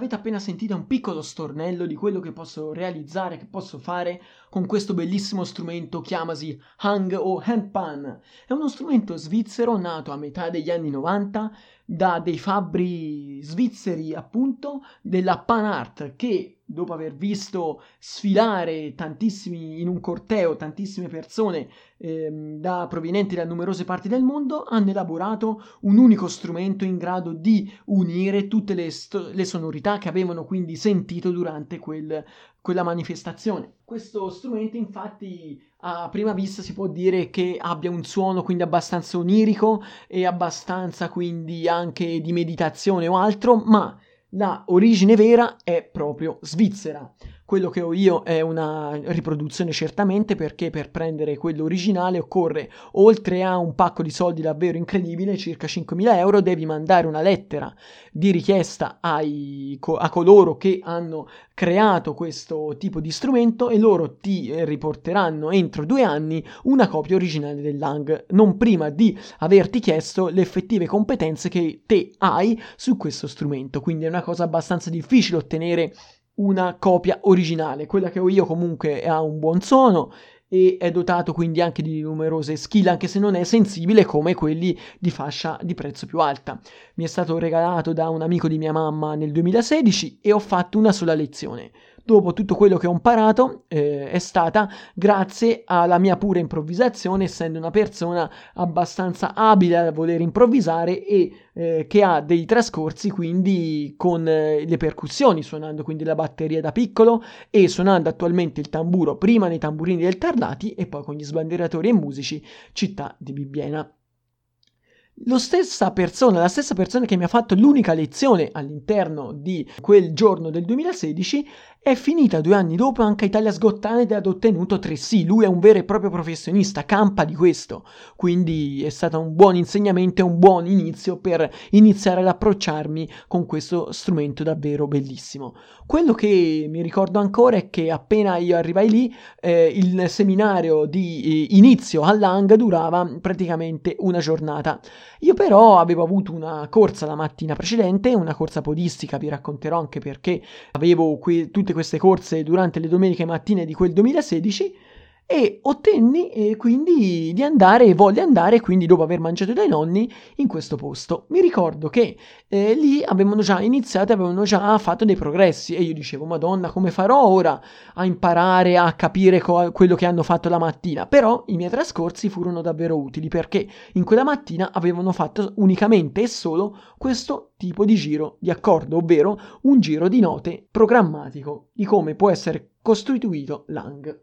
avete appena sentito un piccolo stornello di quello che posso realizzare, che posso fare con questo bellissimo strumento, chiamasi Hang o Handpan. È uno strumento svizzero nato a metà degli anni 90 da dei fabbri svizzeri, appunto, della Pan Art, che dopo aver visto sfilare tantissimi in un corteo, tantissime persone provenienti da numerose parti del mondo, hanno elaborato un unico strumento in grado di unire tutte le sonorità che avevano quindi sentito durante quella manifestazione. Questo strumento, infatti, a prima vista si può dire che abbia un suono quindi abbastanza onirico e abbastanza quindi anche di meditazione o altro, ma la origine vera è proprio svizzera. Quello che ho io è una riproduzione certamente, perché per prendere quello originale occorre, oltre a un pacco di soldi davvero incredibile, circa 5.000 euro, devi mandare una lettera di richiesta a coloro che hanno creato questo tipo di strumento e loro ti riporteranno entro 2 anni una copia originale del Lang, non prima di averti chiesto le effettive competenze che te hai su questo strumento. Quindi è una cosa abbastanza difficile ottenere una copia originale. Quella che ho io comunque ha un buon suono e è dotato quindi anche di numerose skill, anche se non è sensibile come quelli di fascia di prezzo più alta. Mi è stato regalato da un amico di mia mamma nel 2016 e ho fatto una sola lezione. Dopo tutto quello che ho imparato è stata grazie alla mia pura improvvisazione, essendo una persona abbastanza abile a voler improvvisare e che ha dei trascorsi quindi con le percussioni, suonando quindi la batteria da piccolo e suonando attualmente il tamburo prima nei tamburini del Tarlati e poi con gli sbandieratori e musici Città di Bibbiena. La stessa persona che mi ha fatto l'unica lezione all'interno di quel giorno del 2016 è finita 2 anni dopo anche a Italia's Got Talent ed ha ottenuto 3C. Lui è un vero e proprio professionista, campa di questo, quindi è stato un buon insegnamento e un buon inizio per iniziare ad approcciarmi con questo strumento davvero bellissimo. Quello che mi ricordo ancora è che appena io arrivai lì il seminario di inizio al Lang durava praticamente una giornata. Io però avevo avuto una corsa la mattina precedente, una corsa podistica, vi racconterò anche perché avevo tutte queste corse durante le domeniche mattine di quel 2016 e ottenni quindi volle andare quindi dopo aver mangiato dai nonni in questo posto. Mi ricordo che lì avevano già fatto dei progressi e io dicevo Madonna, come farò ora a imparare a capire quello che hanno fatto la mattina? Però i miei trascorsi furono davvero utili, perché in quella mattina avevano fatto unicamente e solo questo tipo di giro di accordo, ovvero un giro di note programmatico di come può essere costituito Lang.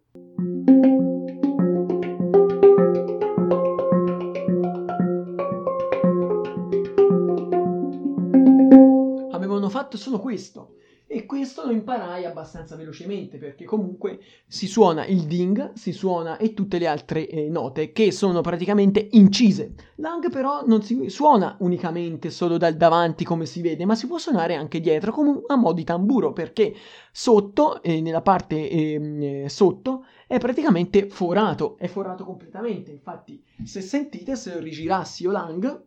Avevano fatto solo questo e questo lo imparai abbastanza velocemente, perché comunque si suona il ding, si suona e tutte le altre note che sono praticamente incise. Lang però non si suona unicamente solo dal davanti come si vede, ma si può suonare anche dietro come a mo' di tamburo, perché sotto, nella parte sotto, è praticamente forato, è forato completamente. Infatti se sentite, se rigirassi io Lang,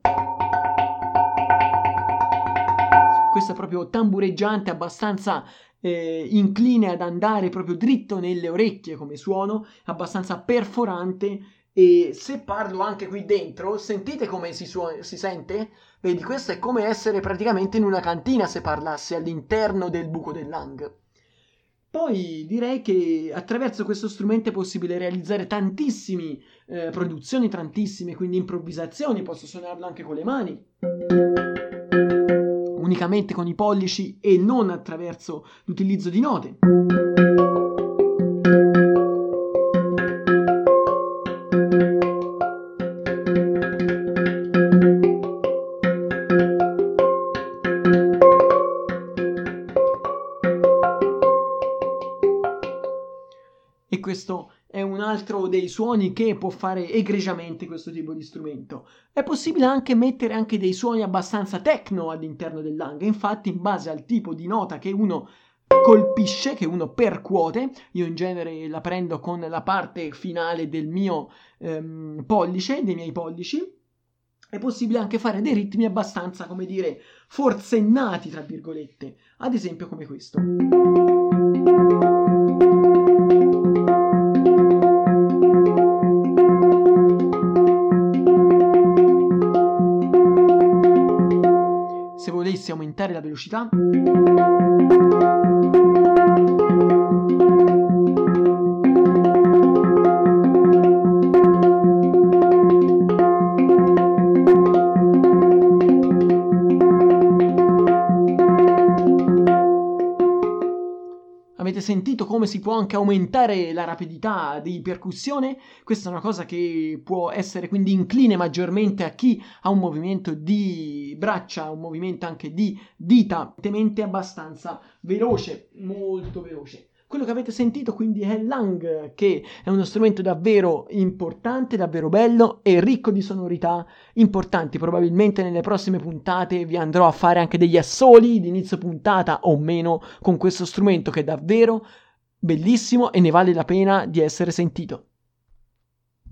questo è proprio tambureggiante, abbastanza incline ad andare proprio dritto nelle orecchie come suono, abbastanza perforante. E se parlo anche qui dentro, sentite come si sente? Vedi, questo è come essere praticamente in una cantina se parlassi all'interno del buco del Lang. Poi direi che attraverso questo strumento è possibile realizzare tantissime produzioni, tantissime quindi improvvisazioni. Posso suonarlo anche con le mani, unicamente con i pollici e non attraverso l'utilizzo di note. E questo è un altro dei suoni che può fare egregiamente questo tipo di strumento. È possibile anche mettere anche dei suoni abbastanza techno all'interno del Lang. Infatti, in base al tipo di nota che uno colpisce, che uno percuote, io in genere la prendo con la parte finale del mio pollice, dei miei pollici, è possibile anche fare dei ritmi abbastanza, come dire, forsennati, tra virgolette, ad esempio come questo. Se volessi aumentare la velocità, avete sentito come si può anche aumentare la rapidità di percussione? Questa è una cosa che può essere quindi incline maggiormente a chi ha un movimento di braccia, un movimento anche di dita, abbastanza veloce, molto veloce. Quello che avete sentito quindi è l'hang, che è uno strumento davvero importante, davvero bello e ricco di sonorità importanti. Probabilmente nelle prossime puntate vi andrò a fare anche degli assoli di inizio puntata o meno con questo strumento che è davvero bellissimo e ne vale la pena di essere sentito.